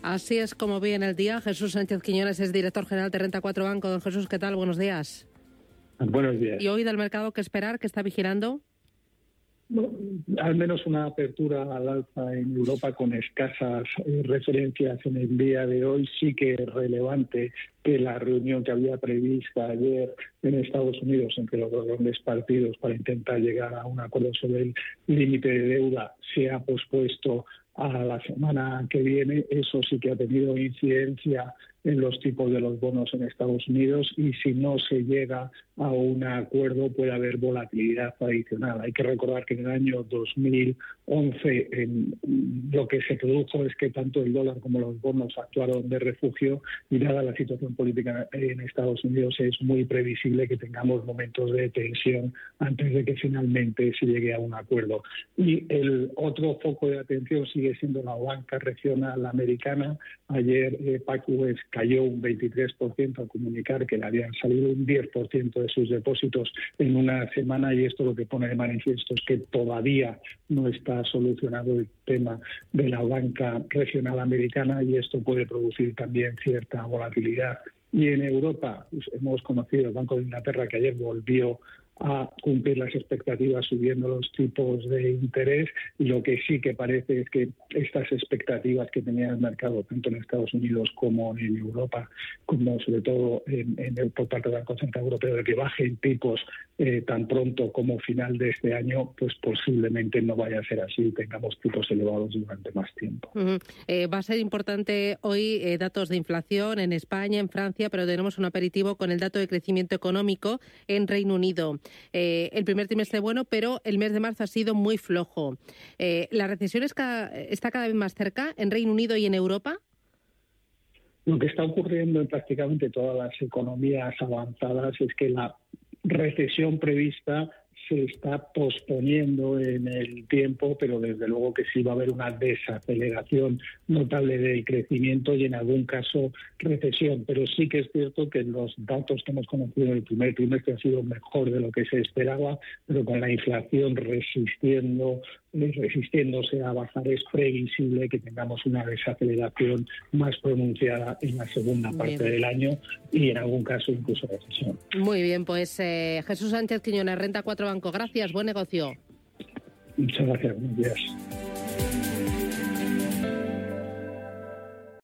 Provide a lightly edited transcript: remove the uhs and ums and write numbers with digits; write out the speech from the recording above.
Así es como viene el día. Jesús Sánchez Quiñones es director general de Renta 4 Banco. Don Jesús, ¿qué tal? Buenos días. Buenos días. ¿Y hoy del mercado qué esperar? ¿Qué está vigilando? Bueno, al menos una apertura al alza en Europa con escasas referencias en el día de hoy. Sí que es relevante que la reunión que había prevista ayer en Estados Unidos entre los dos grandes partidos para intentar llegar a un acuerdo sobre el límite de deuda se ha pospuesto a la semana que viene. Eso sí que ha tenido incidencia en los tipos de los bonos en Estados Unidos, y si no se llega a un acuerdo puede haber volatilidad adicional. Hay que recordar que en el año 2011 lo que se produjo es que tanto el dólar como los bonos actuaron de refugio, y dada la situación política en Estados Unidos es muy previsible que tengamos momentos de tensión antes de que finalmente se llegue a un acuerdo. Y el otro foco de atención sigue siendo la banca regional americana. Ayer PacWest cayó un 23% al comunicar que le habían salido un 10% de sus depósitos en una semana, y esto lo que pone de manifiesto es que todavía no está solucionado el tema de la banca regional americana, y esto puede producir también cierta volatilidad. Y en Europa pues, hemos conocido el Banco de Inglaterra, que ayer volvió a cumplir las expectativas subiendo los tipos de interés, y lo que sí que parece es que estas expectativas que tenía el mercado tanto en Estados Unidos como en Europa, como sobre todo por parte del Banco Central Europeo, de que bajen tipos tan pronto como final de este año, pues posiblemente no vaya a ser así y tengamos tipos elevados durante más tiempo. Va a ser importante hoy datos de inflación en España, en Francia, pero tenemos un aperitivo con el dato de crecimiento económico en Reino Unido. El primer trimestre bueno, pero el mes de marzo ha sido muy flojo. ¿La recesión está cada vez más cerca en Reino Unido y en Europa? Lo que está ocurriendo en prácticamente todas las economías avanzadas es que la recesión prevista se está posponiendo en el tiempo, pero desde luego que sí va a haber una desaceleración notable del crecimiento y en algún caso recesión. Pero sí que es cierto que los datos que hemos conocido en el primer trimestre han sido mejor de lo que se esperaba, pero con la inflación resistiéndose a bajar, es previsible que tengamos una desaceleración más pronunciada en la segunda parte del año y en algún caso incluso recesión. Muy bien, pues Jesús Sánchez Quiñones, Renta 4 Banco. Gracias, buen negocio. Muchas gracias, buenos días.